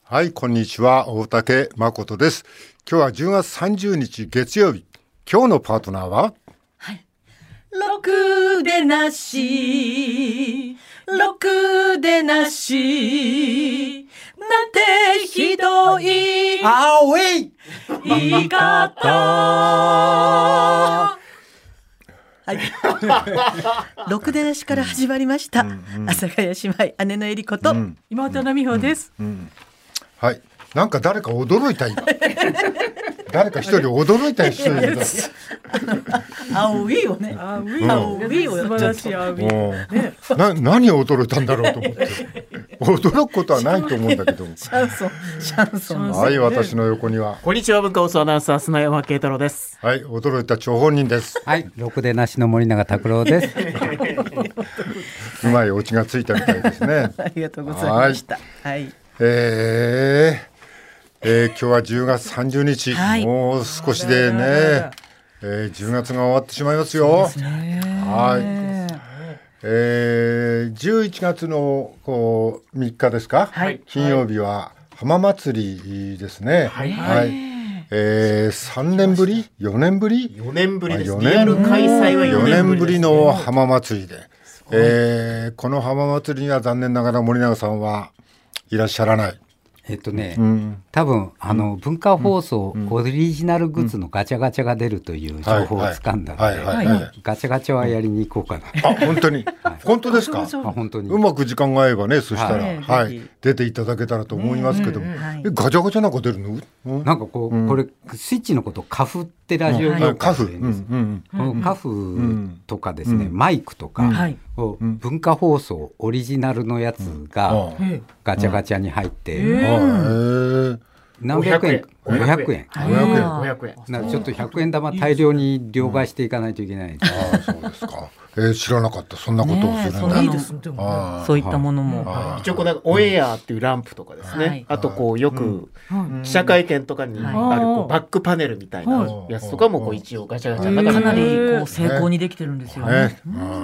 はい、こんにちは。大竹誠です。今日は10月30日月曜日。今日のパートナーは、 はい、ろくでなし、ろくでなし、なんてひどい言い方。はい、ろくでなしから始まりました。阿佐ヶ谷姉妹、姉のえりこと、 妹の美穂です。 はい、なんか誰か驚いた今。誰か一人驚いた人いる。 あおいをね、あおいをやっちゃった。 素晴らしいあおい。 何を驚いたんだろうと思って。驚くことはないと思うんだけど。 シャンソン。 はい、私の横には。 こんにちは、文化放送アナウンサー砂山慶太郎です。 はい、驚いた張本人です。 はい、ろくでなしの森永拓郎です。 うまいオチがついたみたいですね。 ありがとうございました。はい。 今日は10月30日、はい、もう少しでね、10月が終わってしまいますよ。 そうですね。 はい。11月の3日ですか、はい、金曜日は浜祭りですね。はい。はい。3年ぶり4年ぶり 4年ぶりです。リアル開催は4 年ぶりの浜祭りで、この浜祭りには残念ながら森永さんはいらっしゃらない。 多分文化放送オリジナルグッズのガチャガチャが出るという情報を掴んだので、ガチャガチャはやりに行こうかな。 あ、本当に、本当ですか。 本当にうまく時間が合えばね、そしたら、はい、出ていただけたらと思いますけども、ガチャガチャなんか出るの？ なんかこれスイッチのことカフってラジオ業界で言うんです。このカフとかですね、マイクとかを文化放送オリジナルのやつがガチャガチャに入って。何百円500円ちょっと100円玉大量に両替していかないといけない。 そうですか。知らなかった。そんなことをするんだ。 いいですね。そういったものも一応オンエアっていうランプとかですね、あとよく記者会見とかにあるバックパネルみたいなやつとかも一応ガチャガチャかなり成功にできてるんですよね。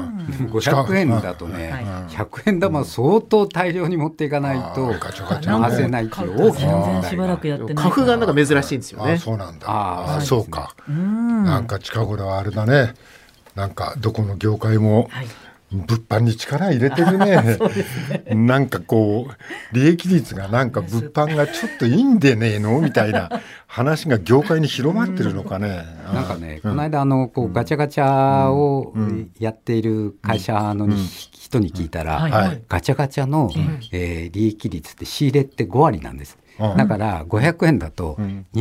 500円だとね、100円玉相当大量に持っていかないと回せないっていう大きな問題が。 しばらくやってない。 花粉がなんか珍しいんですよね。 そうなんだ。そうか。なんか近頃はあれだね。なんかどこの業界も物販に力入れてるね。なんか利益率がなんか物販がちょっといいんでねえのみたいな話が業界に広まってるのかね。 なんかね、この間ガチャガチャをやっている会社の人に聞いたら、ガチャガチャの利益率って仕入れって5割なんです。だから500円だと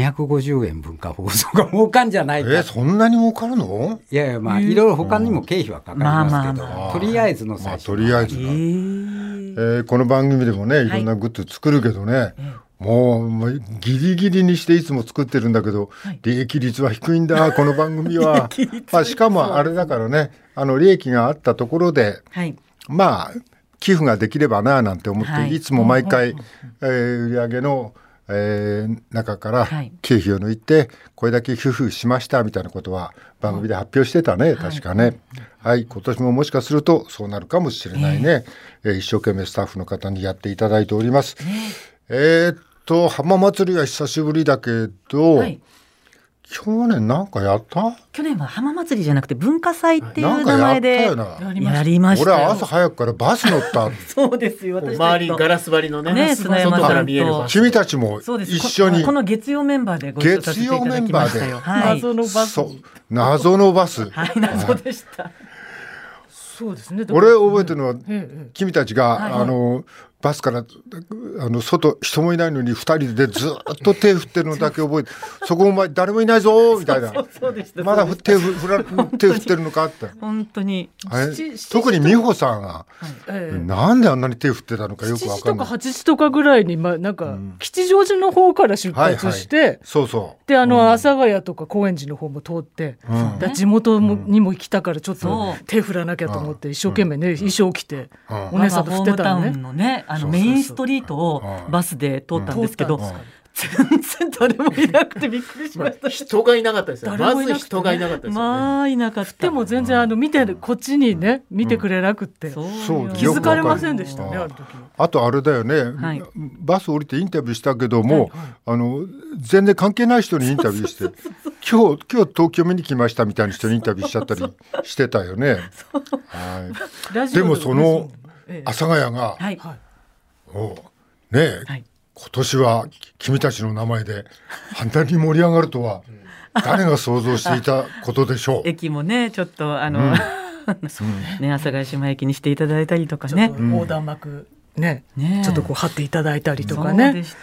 250円文化放送が儲かんじゃないか。 そんなに儲かるの？ いやいや、まあいろいろ他にも経費はかかりますけど、とりあえずの最初、 とりあえずこの番組でもね、いろんなグッズ作るけどね、もうギリギリにしていつも作ってるんだけど、利益率は低いんだこの番組は。しかもあれだからね、利益があったところで、まあ寄付ができればななんて思って、いつも毎回、売上の、中から経費を抜いてこれだけ寄付しましたみたいなことは番組で発表してたね、確かね。はい、今年ももしかするとそうなるかもしれないね。一生懸命スタッフの方にやっていただいております。浜祭りは久しぶりだけど、去年なんかやった？ 去年は浜祭りじゃなくて文化祭っていう名前でやりましたよ。 俺は朝早くからバス乗った。 そうですよ。 周りガラス張りのね、 砂山さんとから見えるバス。 君たちも一緒にこの月曜メンバーでご一緒させていただきましたよ。 謎のバス。 謎のバス。 はい、謎でした。 そうですね。 俺覚えてるのは、君たちがバスから外人もいないのに2人でずっと手振ってるのだけ覚えて、そこお前誰もいないぞみたいな。まだ手振ってるのかって。 本当に。 特に美穂さんが、なんであんなに手振ってたのかよく分かんない。 7時とか8時とかぐらいになんか吉祥寺の方から出発して、 そうそう。 で阿佐ヶ谷とか高円寺の方も通って、地元にも来たからちょっと手振らなきゃと思って一生懸命ね衣装着てお姉さんと振ってたのね。 メインストリートをバスで通ったんですけど、 全然誰もいなくてびっくりしました。 人がいなかったですよ。まず人がいなかったですよね。 まあいなかった。 でも全然見てるこっちにね見てくれなくて、 そう気づかれませんでしたね。 あとあれだよね、バス降りてインタビューしたけども、全然関係ない人にインタビューして今日東京見に来ましたみたいな人にインタビューしちゃったりしてたよね。でもその阿佐ヶ谷が、今年は君たちの名前であんなに盛り上がるとは誰が想像していたことでしょう。 駅もねちょっと阿佐ヶ谷姉妹駅にしていただいたりとかね、 横断幕ねちょっとこう貼っていただいたりとかね。 そうでした。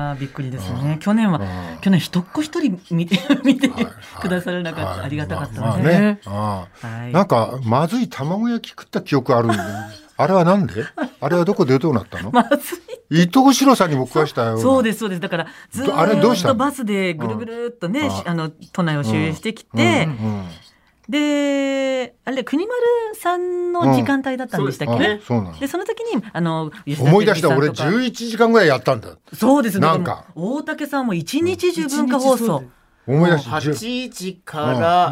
びっくりですよね。去年一っ子一人見てくださらなかった。ありがたかったので、 なんかまずい卵焼き食った記憶あるんであれはなんで？あれはどこでどうなったの？ まずい。 伊藤四郎さんにも食わしたよ。 そうですそうです。だからずっとバスでぐるぐるっとね、都内を周遊してきて、であれ国丸さんの時間帯だったんでしたっけ？でその時に思い出した。俺11時間ぐらいやったんだ。 そうですね。 なんか大竹さんも一日中文化放送。 思い出した。 8時から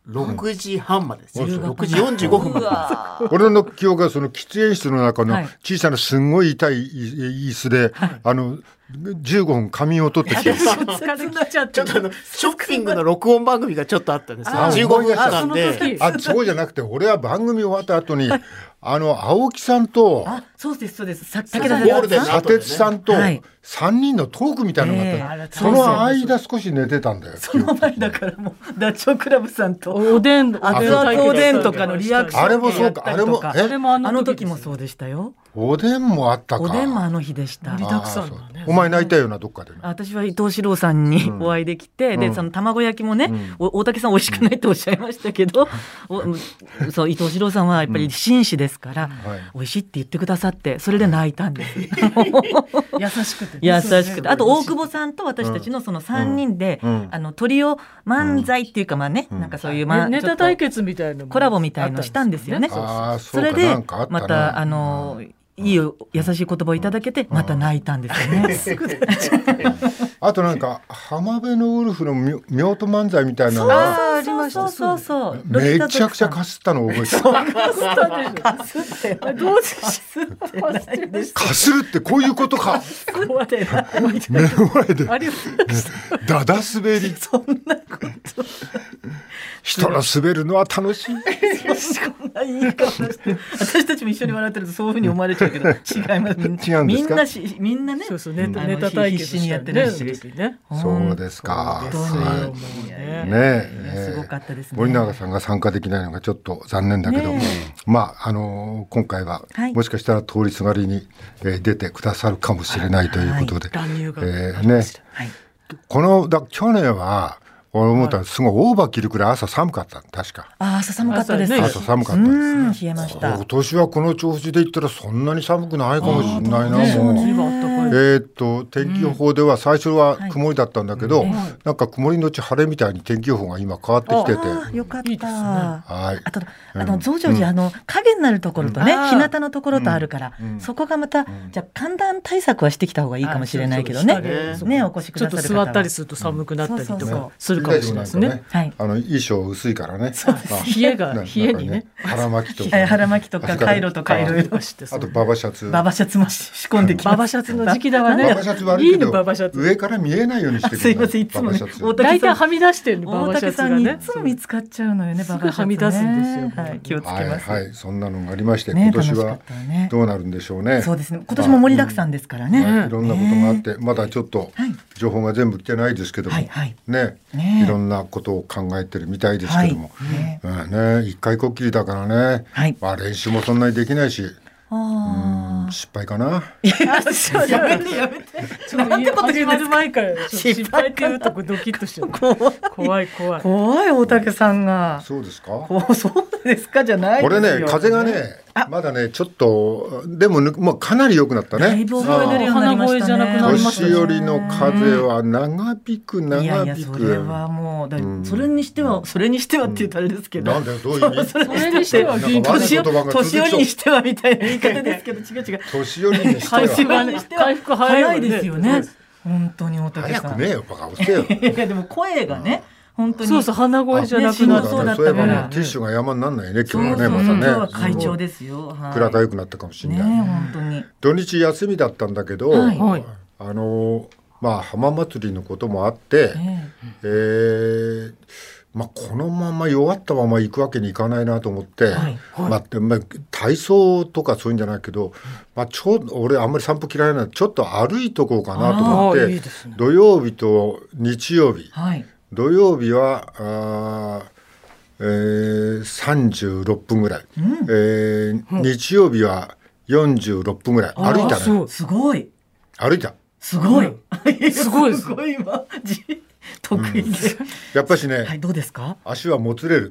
6時半までですよ。6時45分まで。 俺の記憶がその喫煙室の中の小さなすんごい痛い椅子で、15分仮眠を取ってきてちょっとショッピングの録音番組がちょっとあったんですよ。15分間で。 そうじゃなくて俺は番組終わった後に青木さんとそうです武田砂鉄さんと3人のトークみたいなのがあって、その間少し寝てたんだよ。 その前だからもうダチョウ倶楽部さんとおでん熱々おでんとかのリアクションあれもそうか。あれもあの時もそうでしたよ。 おでんもあったか。 おでんもあの日でした。 盛りだくさんだね。 お前泣いたよなどっかで。 私は伊藤四郎さんにお会いできて、でその卵焼きもね、大竹さん美味しくないとおっしゃいましたけど、そう伊藤四郎さんはやっぱり紳士ですから美味しいって言ってくださって、それで泣いたんです。 優しくて優しくて、あと大久保さんと私たちのその3人でトリオ漫才っていうかなんかそういうネタ対決みたいなコラボみたいのしたんですよね。それでまたいい優しい言葉をいただけてまた泣いたんですよね。 あとなんか浜辺のウルフの夫婦漫才みたいなのがありました。そうめちゃくちゃかすったのを覚えてる。 かすってどうしてかするってこういうことか。目の前でだだ滑り。 そんなこと人の滑るのは楽しい。 そんな言い方して、私たちも一緒に笑ってるとそういうふうに思われちゃうけど違います。 違うんですか。 みんなね、 ネタ対決にやってるし、 そうですか。 すごかったですね。 森永さんが参加できないのがちょっと残念だけど、まあ今回はもしかしたら通りすがりに出てくださるかもしれないということで、この去年は俺思ったらすごいオーバー着るくらい朝寒かった。確か朝寒かったです。 朝寒かったです。 冷えました。 今年はこの調子で言ったらそんなに寒くないかもしれないな。もう天気予報では最初は曇りだったんだけど、なんか曇りのち晴れみたいに天気予報が今変わってきてて、 よかった。あと増上寺影になるところとね日向のところとあるから、そこがまたじゃあ寒暖対策はしてきた方がいいかもしれないけどね。お越しくださる方はちょっと座ったりすると寒くなったりとかするかもしれないですね。 衣装薄いからね。 冷えにね。 腹巻きとかカイロとかいろいろ。 あとババシャツも仕込んできます。 ババシャツの時期だわね。 ババシャツ悪いけど上から見えないようにしてください。 すいません、いつもね大体はみ出してるババシャツがね。 いつも見つかっちゃうのよね。ババシャツね。 はみ出すんですよ。 気をつけます。 はい、そんなのがありまして今年はどうなるんでしょうね。 そうですね。今年も盛りだくさんですからね。 いろんなことがあってまだちょっと情報が全部来てないですけどもね、いろんなことを考えてるみたいですけども、一回こっきりだからね。練習もそんなにできないし。失敗かな。 やめて。 なんてこと始まる前から失敗って言うとドキッとしてる。怖い大竹さんが。 そうですか。 そうですかじゃないですよ。 これね風がねまだねちょっとでももうかなり良くなったね。だいぶ覚えてるようになりましたね。 年寄りの風は長引く。 いやそれはもうそれにしてはって言うとあれですけど。 なんだよどういう意味。 それにしては年寄りにしてはみたいな言い方ですけど違う。 年寄りにしては回復早いですよね。 本当に大竹さん。 早くねえよバカ押してよ。 いやでも声がね、本当にそうそう、鼻声じゃなくなって、 そうだったから、 ティッシュが山になんないね今日はね。 そうまたね。 今日は会長ですよ。 蔵が良くなったかもしれない。 本当に。 土日休みだったんだけど、まあ浜祭りのこともあって、まあ、このまま弱ったまま行くわけにいかないなと思って、まあ、体操とかそういうんじゃないけど、まあ、俺あんまり散歩嫌いなのでちょっと歩いとこうかなと思って、いいですね、土曜日と日曜日、土曜日は36分ぐらい、日曜日は46分ぐらい歩いたね。 すごい歩いた。 すごいすごいすごい今得意で、 やっぱしね、 どうですか？ 足はもつれる。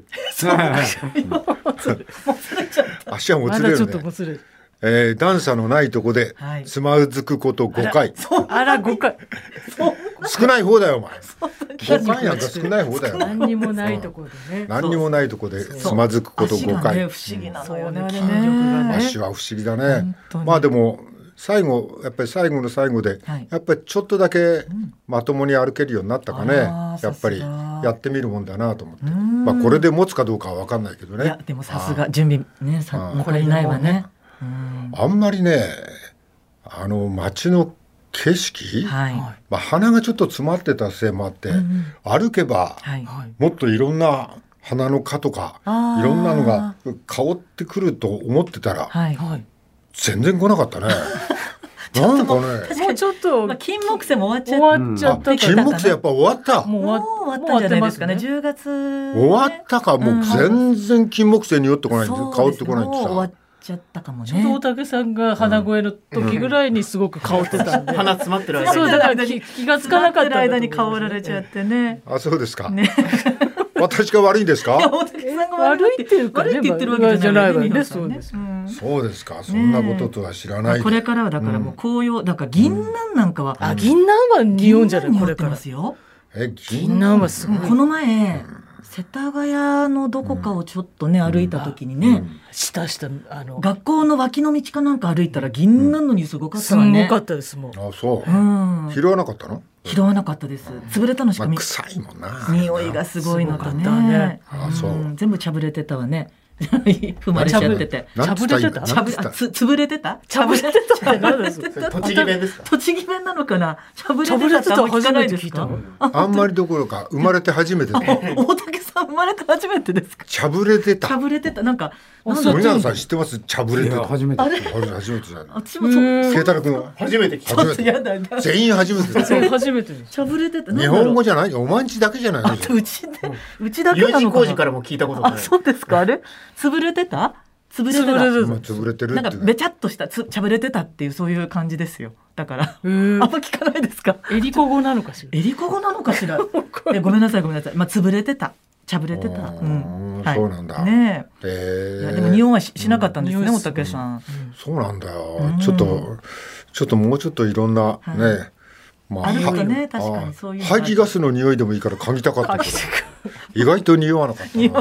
足はもつれるね。段差のないとこでつまずくこと5回。 あら5回。 少ない方だよお前。5回なんか少ない方だよ。 何にもないところでね。 何にもないとこでつまずくこと5回。 不思議なのよね。 足は不思議だね。まあでも最後やっぱり最後の最後で、やっぱりちょっとだけまともに歩けるようになったかね。やっぱりやってみるもんだなと思って。まあこれで持つかどうかは分かんないけどね。 いやでもさすが準備ね、残りないわね。 あんまりね、街の景色、まあ花がちょっと詰まってたせいもあって、歩けばもっといろんな花の花とかいろんなのが香ってくると思ってたら。全然来なかったね。なんかね、 もうちょっと金木犀も終わっちゃった。 金木犀やっぱ終わった。 もう終わったんじゃないですかね。10月終わったか。もう全然金木犀に寄ってこないんで、香ってこないんでさ。 終わっちゃったかもね。 ちょうど大竹さんが鼻声の時ぐらいにすごく香ってたんで。 鼻詰まってる間に。 そうだから気がつかなかった間に香られちゃってね。 あ、そうですか。私が悪いんですか？ 悪いっていうかね、 悪いって言ってるわけじゃないわね。 そうですか。そんなこととは知らない。 これからはだからもう紅葉だから銀杏なんかは、 銀杏は匂うんじゃない？これから。 銀杏はすごい。 この前世田谷のどこかをちょっとね歩いた時にね、学校の脇の道かなんか歩いたら銀杏の匂いすごかったわね。 すごかったですもん。 あ、そう。拾わなかったの？ 拾わなかっったです。潰れたのしか臭いもんな。 匂いがすごいのとね。全部茶ぶれてたわね。踏まれちゃってて。 潰れてた？ 潰れてた？潰れてた。 栃木弁ですか？ 栃木弁なのかな。茶ぶれてたって初めて聞いた。 あんまりどころか生まれて初めて。 大竹さん生まれて初めてですか？ 茶ぶれてた。 茶ぶれてた。なんか皆さん知ってます？茶ぶれてた。 初めて。 初めてじゃない。 私もそう。 慶太郎君は初めて聞いた。全員初めて。 初めて。 茶ぶれてた。 日本語じゃない。お前んちだけじゃない。 うちだけなのかな。 U 字工事からも聞いたことない。 あ、そうですか。あれ潰れてた？潰れてる。 なんかべちゃっとした茶ぶれてたっていうそういう感じですよ。だからあんま聞かないですか？ エリコ語なのかしら。 エリコ語なのかしら。ごめんなさい。まあ潰れてた。茶ぶれてた。 そうなんだ。 ねえ。でも匂いはしなかったんですね、大竹さん。 そうなんだよ。ちょっともうちょっといろんなね。 あるとね、確かにそういう。 排気ガスの匂いでもいいから嗅ぎたかったけど、意外と匂わなかったな。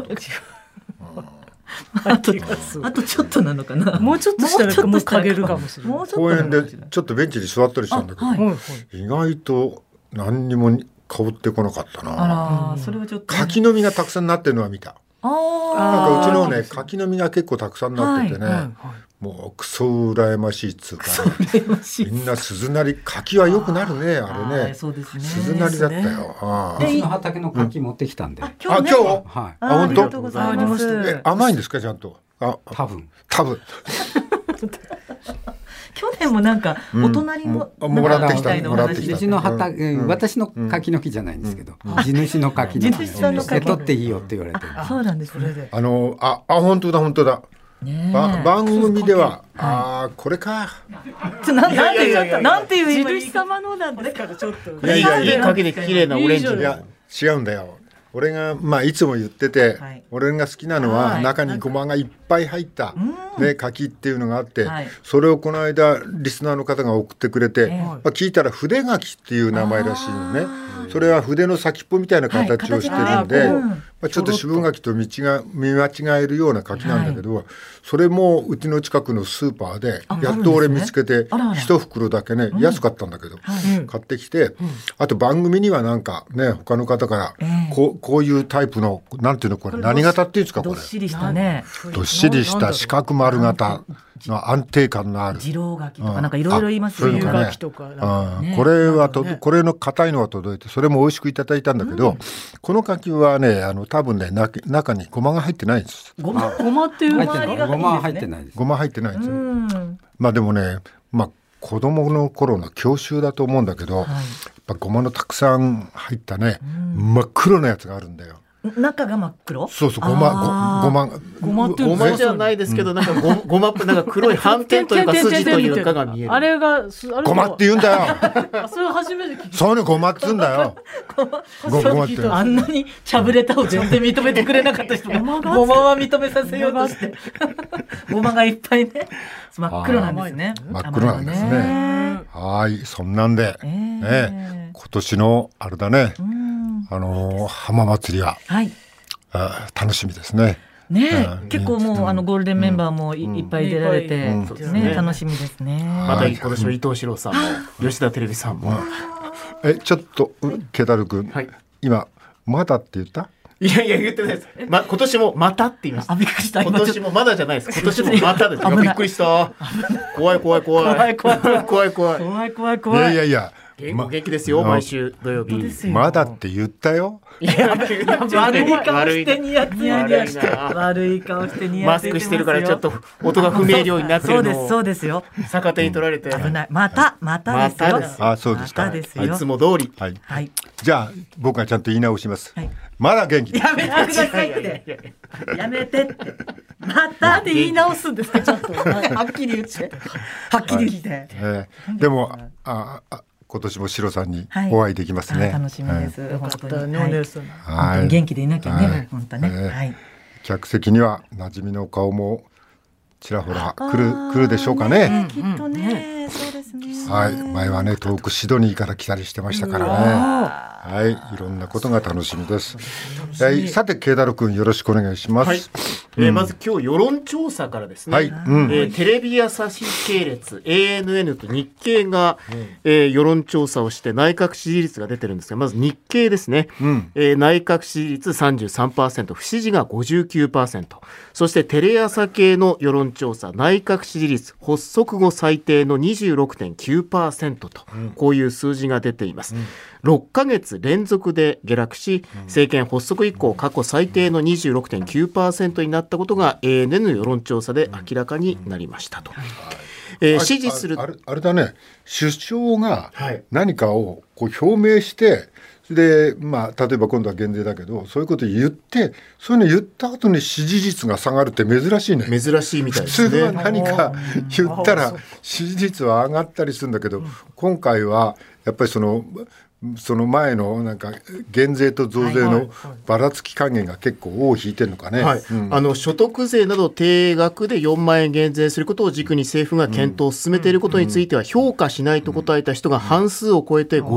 あとちょっとなのかな。 もうちょっとしたらもう嗅げるかもしれない。 公園でちょっとベンチに座ったりしたんだけど、意外と何にも香ってこなかったな。 あら、それはちょっと柿の実がたくさんなってるのは見た。なんかうちのね、柿の実が結構たくさんなっててね、もうクソ羨ましいっつうか、みんな鈴なり、柿はよくなるね、あれね。鈴なりだったよ。 うちの畑の柿持ってきたんで。 今日？ はい。 あ、本当？ 甘いんですか、ちゃんと。 多分。 去年もなんかお隣のもらってきた。 うちの畑、私の柿の木じゃないんですけど、地主の柿の木。取っていいよって言われて。 そうなんです。それで。 本当だ。番組ではこれか。 なんていう地主様のなんですからちょっと。 いい柿で綺麗なオレンジ。 いや違うんだよ。俺がいつも言ってて、俺が好きなのは中にごまがいっぱい入った柿っていうのがあって、それをこの間リスナーの方が送ってくれて、聞いたら筆柿っていう名前らしいのね。 それは筆の先っぽみたいな形をしてるんで、ちょっと渋柿と見間違えるような柿なんだけど、それもうちの近くのスーパーでやっと俺見つけて一袋だけね、安かったんだけど買ってきて、あと番組にはなんかね、他の方からこういうタイプのなんていうの、これ何型っていうんですか、これどっしりしたね、 どっしりした四角丸型の安定感のある二郎柿とかなんかいろいろ言いますよね。 冬柿とかこれはこれの硬いのが届いて、それも美味しくいただいたんだけど、この柿はね、多分ね、中にごまが入ってないんです。 ごまっていうごま入ってないです。 ごま入ってないんですよ。でもね、子供の頃の郷愁だと思うんだけど、やっぱごまのたくさん入ったね、真っ黒なやつがあるんだよ。 中が真っ黒。 そうそう、ごまじゃないですけど、なんかごまなんか黒い斑点というか筋というかが見える。 あれがごまって言うんだよ。 それ初めて聞いた。 そういうのごまって言うんだよ。ごまって。 あんなにしゃぶれたを全然認めてくれなかった人がごまは認めさせようとしてごまがいっぱいね、真っ黒なんですね。 真っ黒なんですね。はい、そんなんで今年のあれだね、浜祭りは楽しみですね。 結構もうゴールデンメンバーもいっぱい出られて楽しみですね。 また今年も伊藤四郎さんも吉田テレビさんも。 ちょっとケタル君、今まだって言った？ いや言ってないです。今年もまたって言いました。 びっくりした。 今年もまだじゃないです。今年もまたです。びっくりした。怖い。 いや。 元気ですよ、毎週土曜日。 まだって言ったよ。 悪い顔してニヤマスクしてるからちょっと音が不明瞭になってるのをそうですよ。 逆手に取られて危ない。またですよ。 そうですか。 いつも通り。 じゃあ僕がちゃんと言い直します。まだ元気。 やめてくださいって。やめてって。またって言い直すんですか、ちょっとはっきり言って。はっきり言って。 でも今年もシロさんにお会いできますね。 楽しみです。本当に元気でいなきゃね。本当ね。 客席には馴染みの顔もちらほら来るでしょうかね。 きっとね。そうですね。 前はね、遠くシドニーから来たりしてましたからね。いろんなことが楽しみです。さて、ケイダロ君よろしくお願いします。 まず今日世論調査からですね、テレビ朝日系列 ANN と日経が世論調査をして内閣支持率が出てるんですが、まず日経ですね、内閣支持率 33%、不支持が 59%、そしてテレ朝系の世論調査内閣支持率発足後最低の 26.9% と、こういう数字が出ています。6ヶ月連続で下落し、政権発足以降過去最低の 26.9% になったことが ANN の世論調査で明らかになりましたと。支持するあれだね、首相が何かをこう表明して、で例えば今度は減税だけど、そういうことを言って、そういうの言った後に支持率が下がるって珍しいね。 珍しいみたいですね。 普通は何か言ったら支持率は上がったりするんだけど、今回はやっぱりその前のなんか減税と増税のばらつき加減が結構尾を引いてるのかね。 所得税など定額で4万円減税することを軸に政府が検討を進めていることについては評価しないと答えた人が半数を超えて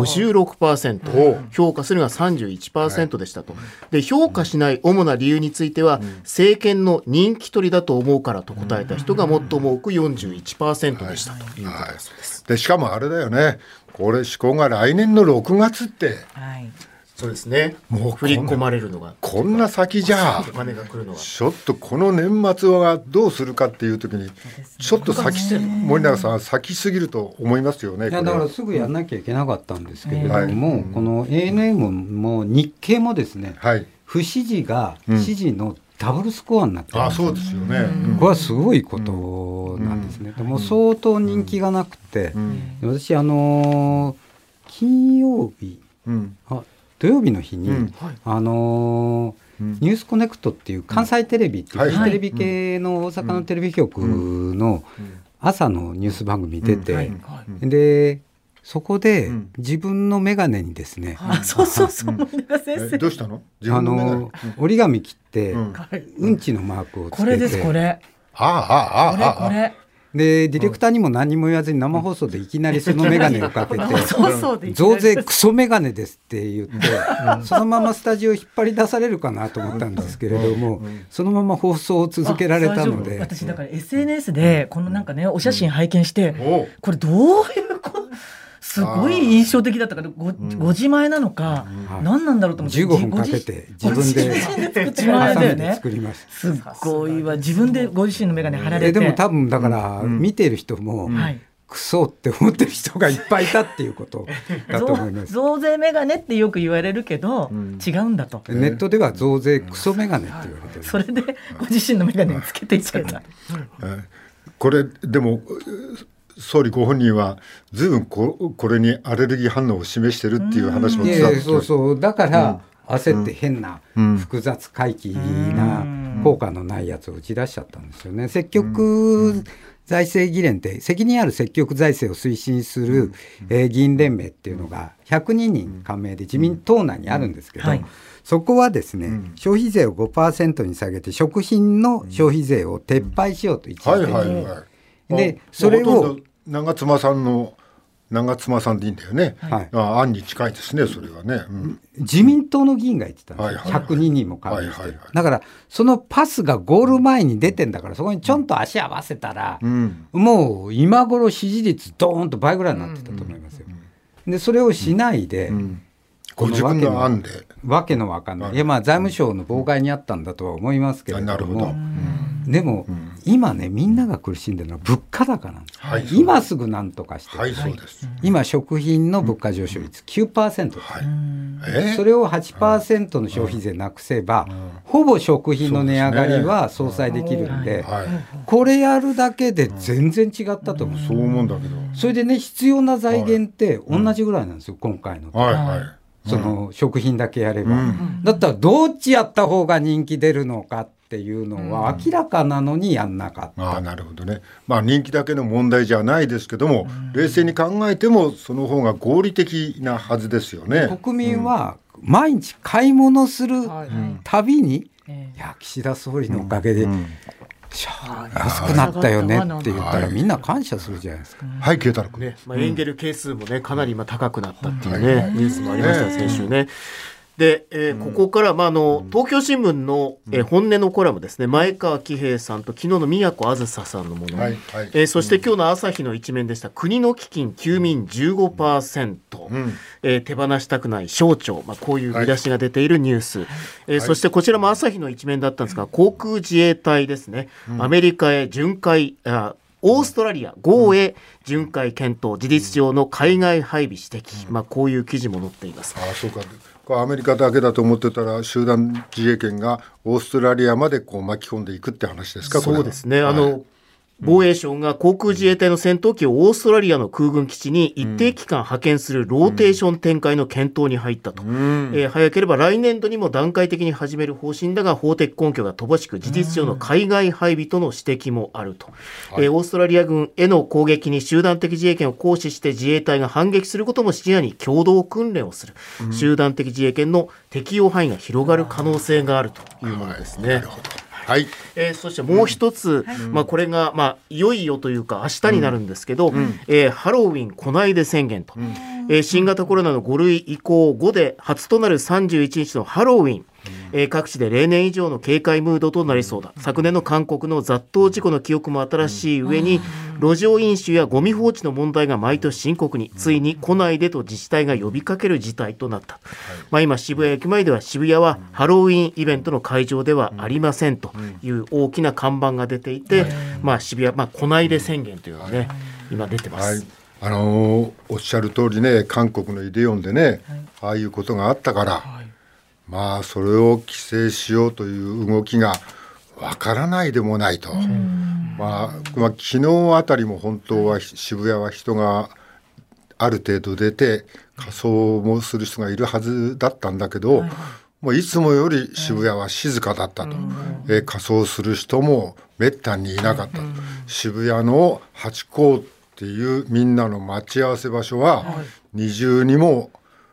56%、評価するが 31% でしたと。で、評価しない主な理由については、政権の人気取りだと思うからと答えた人が最も多く 41% でしたということです。 でしかもあれだよね、これ施行が来年の6月って、 そうですね、もう振り込まれるのがこんな先じゃお金が来るのがちょっとこの年末はどうするかっていう時にちょっと森永さん先すぎると思いますよね。 いやだからすぐやんなきゃいけなかったんですけれども、この ANN も日経もですね、不支持が支持のダブルスコアになってます。 そうですよね。 これはすごいことなんですね。でも相当人気がなくて、私金曜日、土曜日の日に、ニュースコネクトっていう関西テレビっていうテレビ系の大阪のテレビ局の朝のニュース番組に出て、でそこで自分の眼鏡にですね、 森永先生どうしたの？ 折り紙切ってうんちのマークをつけて、 これですこれ。これでディレクターにも何も言わずに生放送でいきなりその眼鏡をかけて増税クソ眼鏡ですって言ってそのままスタジオ引っ張り出されるかなと思ったんですけれども、そのまま放送を続けられたので、 私だから SNS でこのなんかねお写真拝見して、これどういうことすごい印象的だったから ご自前なのか、何なんだろうと思って 15分かけて自分で作りました。 すごいわ。自分でご自身の眼鏡貼られて、 でも多分だから見てる人も、クソって思ってる人がいっぱいいたっていうことだと思います。 増税メガネってよく言われるけど、違うんだと。 ネットでは増税クソメガネって言われてる。 それでご自身のメガネにつけていっちゃった。 これでも総理ご本人はずいぶんこれにアレルギー反応を示してるっていう話も伝わってきて、 そうだから焦って変な複雑回帰な効果のないやつを打ち出しちゃったんですよね。積極財政議連って責任ある積極財政を推進する、議員連盟っていうのが102人加盟で自民党内にあるんですけど、そこはですね、消費税を 5% に下げて食品の消費税を撤廃しようと一時的に、でそれを長妻さんでいいんだよね、案に近いですねそれはね、 自民党の議員が言ってたんですよ、102人も加盟してる。だからそのパスがゴール前に出てんだから、そこにちょんと足合わせたら、もう今頃支持率ドーンと倍ぐらいになってたと思いますよ。でそれをしないで、 ご自分の案でわけのわかんない、財務省の妨害にあったんだとは思いますけれども、でも、今ねみんなが苦しんでるのは物価高なんです、今すぐなんとかして、今食品の物価上昇率 9% です、それを 8% の消費税なくせば、ほぼ食品の値上がりは相殺できるんで、これやるだけで全然違ったと思う、 そう思うんだけど、 それでね必要な財源って同じぐらいなんですよ、今回のその食品だけやれば、だったらどっちやった方が人気出るのかっていうのは明らかなのにやんなかった。 なるほどね。人気だけの問題じゃないですけども、冷静に考えてもその方が合理的なはずですよね。 国民は毎日買い物するたびに、いや岸田総理のおかげで、安くなったよねって言ったらみんな感謝するじゃないですか。 慶太郎君、 エンゲル係数もねかなり高くなったっていうね、ニュースもありました、先週ね。で、ここから、東京新聞の、本音のコラムですね、前川喜平さんと昨日の宮古あずささんのもの、そして今日の朝日の一面でした国の基金休眠 15%、手放したくない省庁、こういう見出しが出ているニュース、そしてこちらも朝日の一面だったんですが、航空自衛隊ですね、アメリカへ巡回、オーストラリア豪へ巡回検討、事実上の海外配備指摘、こういう記事も載っています。 そうか、アメリカだけだと思ってたら集団自衛権がオーストラリアまで巻き込んでいくって話ですか。 そうですね、防衛省が航空自衛隊の戦闘機をオーストラリアの空軍基地に一定期間派遣するローテーション展開の検討に入ったと、早ければ来年度にも段階的に始める方針だが、法的根拠が乏しく事実上の海外配備との指摘もあると、オーストラリア軍への攻撃に集団的自衛権を行使して自衛隊が反撃することも視野に共同訓練をする、集団的自衛権の適用範囲が広がる可能性があるというものですね。そしてもう一つ、これが、いよいよというか明日になるんですけど、ハロウィン来ないで宣言と、新型コロナの5類移行後で初となる31日のハロウィン、各地で例年以上の警戒ムードとなりそうだ。昨年の韓国の雑踏事故の記憶も新しい上に、路上飲酒やゴミ放置の問題が毎年深刻に、ついに来ないでと自治体が呼びかける事態となった、今渋谷駅前では渋谷はハロウィンイベントの会場ではありませんという大きな看板が出ていて、渋谷、来ないで宣言というのがね、今出てます。 おっしゃる通りね、韓国のイテウォンでね、ああいうことがあったから、それを規制しようという動きがわからないでもないと、昨日あたりも本当は渋谷は人がある程度出て仮装もする人がいるはずだったんだけど、もういつもより渋谷は静かだったと、仮装する人もめったにいなかった、渋谷のハチ公っていうみんなの待ち合わせ場所は二重にも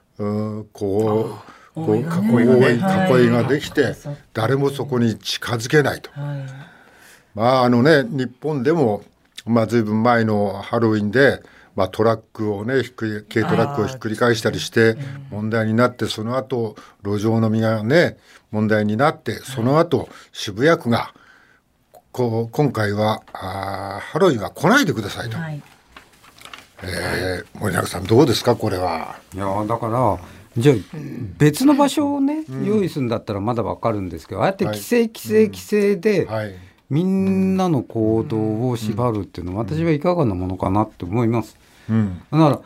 囲いができて、誰もそこに近づけないと、日本でもずいぶん前のハロウィンで、トラックをね軽トラックをひっくり返したりして問題になって、その後路上飲みがね問題になって、その後渋谷区が今回はハロウィンは来ないでくださいと、森永さんどうですかこれは。 いやだからじゃあ別の場所をね、用意するんだったらまだ分かるんですけど、ああやって規制で、みんなの行動を縛るっていうのは私はいかがなものかなって思います。だから、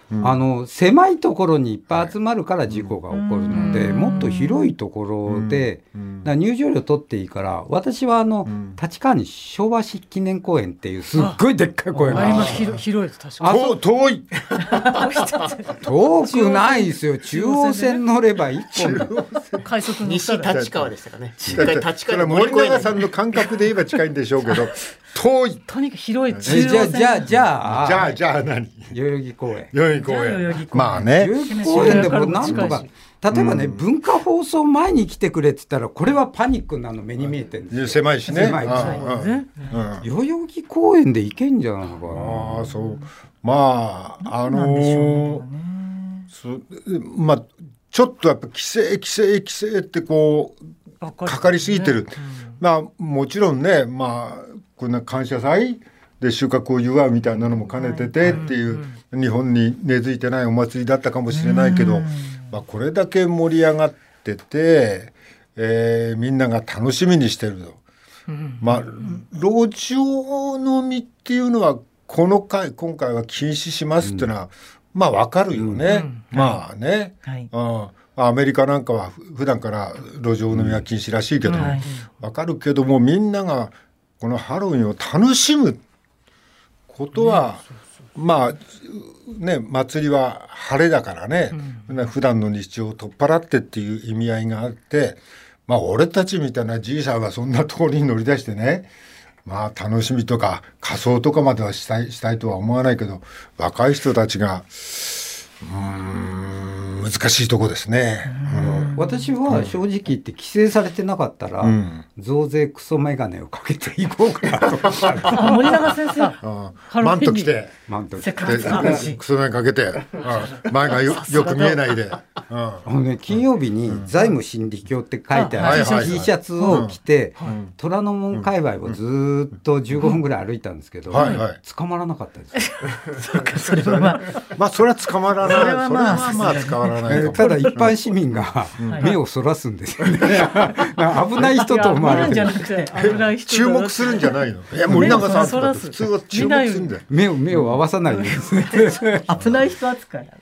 狭いところにいっぱい集まるから事故が起こるので、もっと広いところで、だから入場料取っていいから、私は立川に昭和記念公園っていうすっごいでっかい公園があります。 広いです。確かに遠い遠くないですよ。中央線乗れば一本快速の西立川でしたかね。 立川森永さんの感覚で言えば近いんでしょうけど遠い。 とにかく広い。 じゃあ何代々木公園。 まあね。 代々木公園でもなんとか、例えばね、文化放送前に来てくれって言ったら、これはパニックなの目に見えてるんですよ。 狭いしね。 代々木公園で行けんじゃないのかな。 そうちょっとやっぱ規制ってこうかかりすぎてる。もちろんね、こんな感謝祭で収穫を祝うみたいなのも兼ねててっていう、日本に根付いてないお祭りだったかもしれないけど、これだけ盛り上がってて、みんなが楽しみにしてると。路上飲みっていうのは今回は禁止しますっていうのは分かるよね。アメリカなんかは普段から路上飲みは禁止らしいけど、分かるけども、みんながこのハロウィンを楽しむことは、祭りは晴れだからね、普段の日常を取っ払ってっていう意味合いがあって、俺たちみたいなじいさんはそんなところに乗り出してね、楽しみとか仮装とかまではしたいとは思わないけど、若い人たちが難しいとこですね。 私は正直言って規制されてなかったら、増税クソメガネをかけていこうかなと思った森永先生マント着てクソメガネかけて前がよく見えないで金曜日に財務心理教って書いてある T シャツを着て虎ノ門界隈をずっと15分ぐらい歩いたんですけど、捕まらなかったです。 それはそれは捕まらない。それは捕まらない。 ただ一般市民が目をそらすんですよね。危ない人と思われて注目するんじゃないの。森永さんとか普通は注目するんだよ。 目を合わさないで危ない人扱い。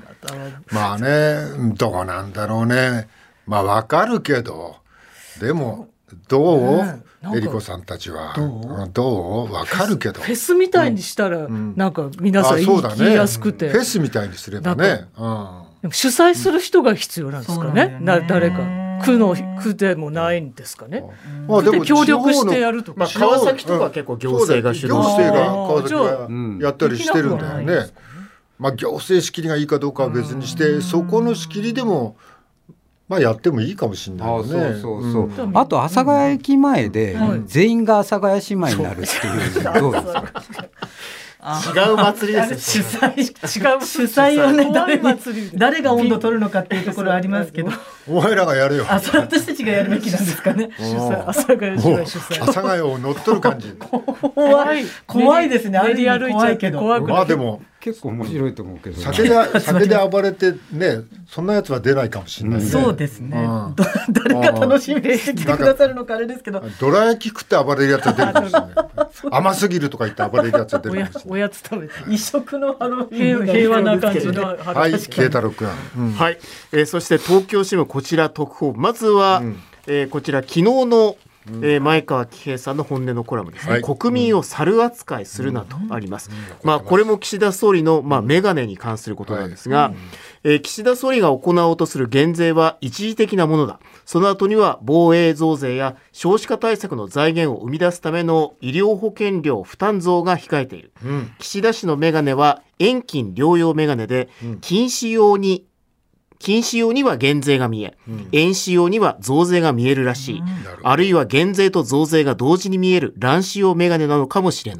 どうなんだろうね。わかるけど、でもどうえりこさんたちはどうわかるけど、 フェスみたいにしたらなんか皆さん行きやすくて、 フェスみたいにすればね。 主催する人が必要なんですかね。誰か区でもないんですかね。でも協力してやるとか、 川崎とか結構行政が主導して川崎がやったりしてるんだよね。行政仕切りがいいかどうかは別にして、そこの仕切りでもやってもいいかもしれないよね。 あと阿佐ヶ谷駅前で全員が阿佐ヶ谷姉妹になるっていうのどうですか。 違う祭りですよ。 主催をね、誰が温度取るのかっていうところありますけど、 お前らがやるよ。 それ私たちがやるべきなんですかね。 阿佐ヶ谷姉妹主催。 阿佐ヶ谷を乗っ取る感じ。 怖いですね。あれ歩いちゃうけど。 でも結構面白いと思うけど、 酒で暴れてね、そんなやつは出ないかもしれないね。 そうですね。誰が楽しみにしてきてくださるのかあれですけど、 どら焼き食って暴れるやつは出るかもしれない。甘すぎるとか言って暴れるやつは出るかもしれない。 おやつ食べて異色のハロウィン平和な感じの。 はい、慶太郎君。 はい。そして東京新聞こちら特報。まずはこちら昨日の前川喜平さんの本音のコラムですね。国民を猿扱いするなとあります。これも岸田総理のメガネに関することなんですが、岸田総理が行おうとする減税は一時的なものだ。その後には防衛増税や少子化対策の財源を生み出すための医療保険料負担増が控えている。岸田氏のメガネは遠近療養メガネで、禁止用には減税が見え、遠視用には増税が見えるらしい。あるいは減税と増税が同時に見える乱視用メガネなのかもしれない。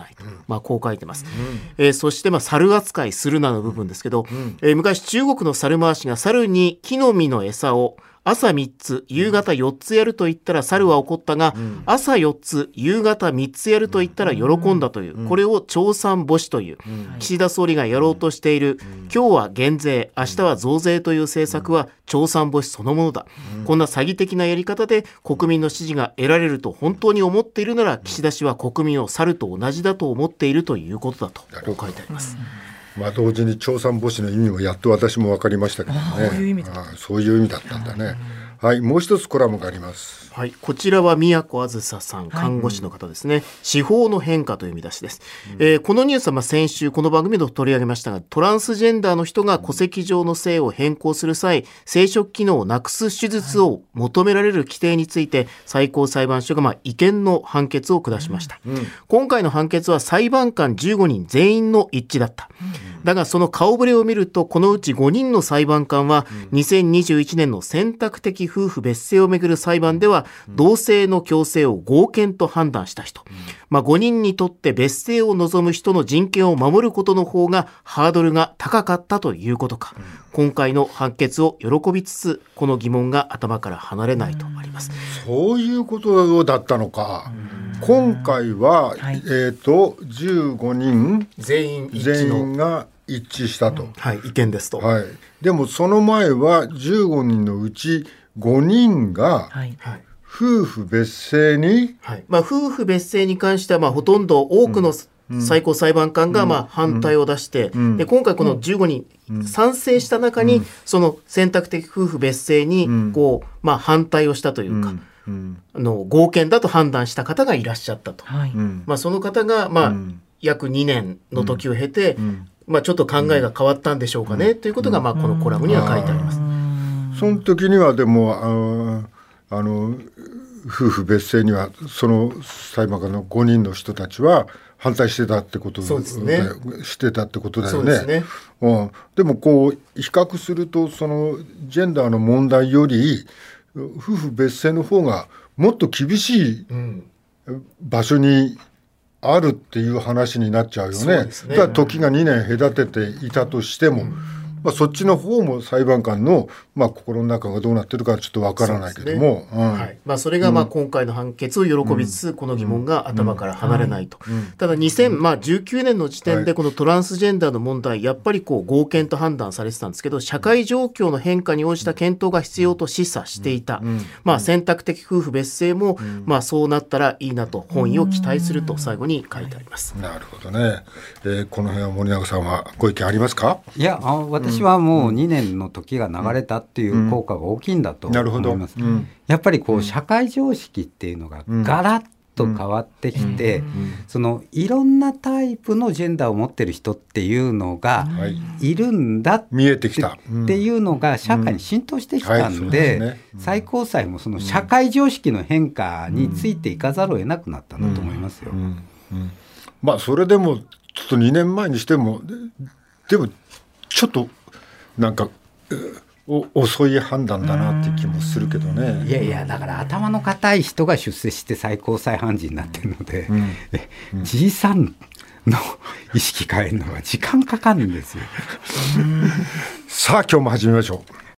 こう書いてます。そして猿扱いするなの部分ですけど、昔中国の猿回しが猿に木の実の餌を朝3つ夕方4つやると言ったら猿は怒ったが、朝4つ夕方3つやると言ったら喜んだという、これを長三母子という、岸田総理がやろうとしている今日は減税明日は増税という政策は長三母子そのものだ。こんな詐欺的なやり方で国民の支持が得られると本当に思っているなら、岸田氏は国民を猿と同じだと思っているということだとこう書いてあります。 同時に長三母子の意味もやっと私も分かりましたけどね。そういう意味だったんだね。はい、もう一つコラムがあります。 はい、こちらは宮古あずささん、看護師の方ですね。司法の変化という見出しです。このニュースは先週この番組で取り上げましたが、トランスジェンダーの人が戸籍上の性を変更する際、生殖機能をなくす手術を求められる規定について、最高裁判所が違憲の判決を下しました。今回の判決は裁判官15人全員の一致だった。だがその顔ぶれを見ると、このうち5人の裁判官は2021年の選択的夫婦別姓をめぐる裁判では同性の強制を合憲と判断した人、5人にとって別姓を望む人の人権を守ることの方がハードルが高かったということか、今回の判決を喜びつつこの疑問が頭から離れないとあります。 そういうことだったのか。今回は、15人全員が一致したと、 違憲ですと、 でもその前は15人のうち5人が夫婦別姓に、 夫婦別姓に関してはほとんど多くの最高裁判官が反対を出して、で今回この15人賛成した中に、その選択的夫婦別姓に反対をしたというか、合憲だと判断した方がいらっしゃったと、その方が約2年の時を経て、ちょっと考えが変わったんでしょうかね、ということがこのコラムには書いてあります。 その時にはでも夫婦別姓にはその裁判官の5人の人たちは反対してたってことしてたってことだよね。でも比較すると、そのジェンダーの問題より夫婦別姓の方がもっと厳しい場所にあるっていう話になっちゃうよね。だから時が2年隔てていたとしても、そっちの方も裁判官の、心の中がどうなってるかちょっとわからないけども、 それが今回の判決を喜びつつ、この疑問が頭から離れないと。ただ2019年の時点でこのトランスジェンダーの問題、やっぱり合憲と判断されてたんですけど、社会状況の変化に応じた検討が必要と示唆していた。選択的夫婦別姓も、そうなったらいいなと本意を期待すると最後に書いてあります。 なるほどね。この辺は森永さんはご意見ありますか？ いや、私はもう2年の時が流れたっていう効果が大きいんだと思います。やっぱり社会常識っていうのがガラッと変わってきて、そのいろんなタイプのジェンダーを持ってる人っていうのがいるんだ見えてきたっていうのが社会に浸透してきたんで、最高裁もその社会常識の変化についていかざるを得なくなったんだと思いますよ。 それでもちょっと2年前にしてもでもちょっとなんか遅い判断だなって気もするけどね。 いやだから頭の固い人が出世して最高裁判事になってるので、じいさんの意識変えるのは時間かかるんですよ。 さあ今日も始めましょう。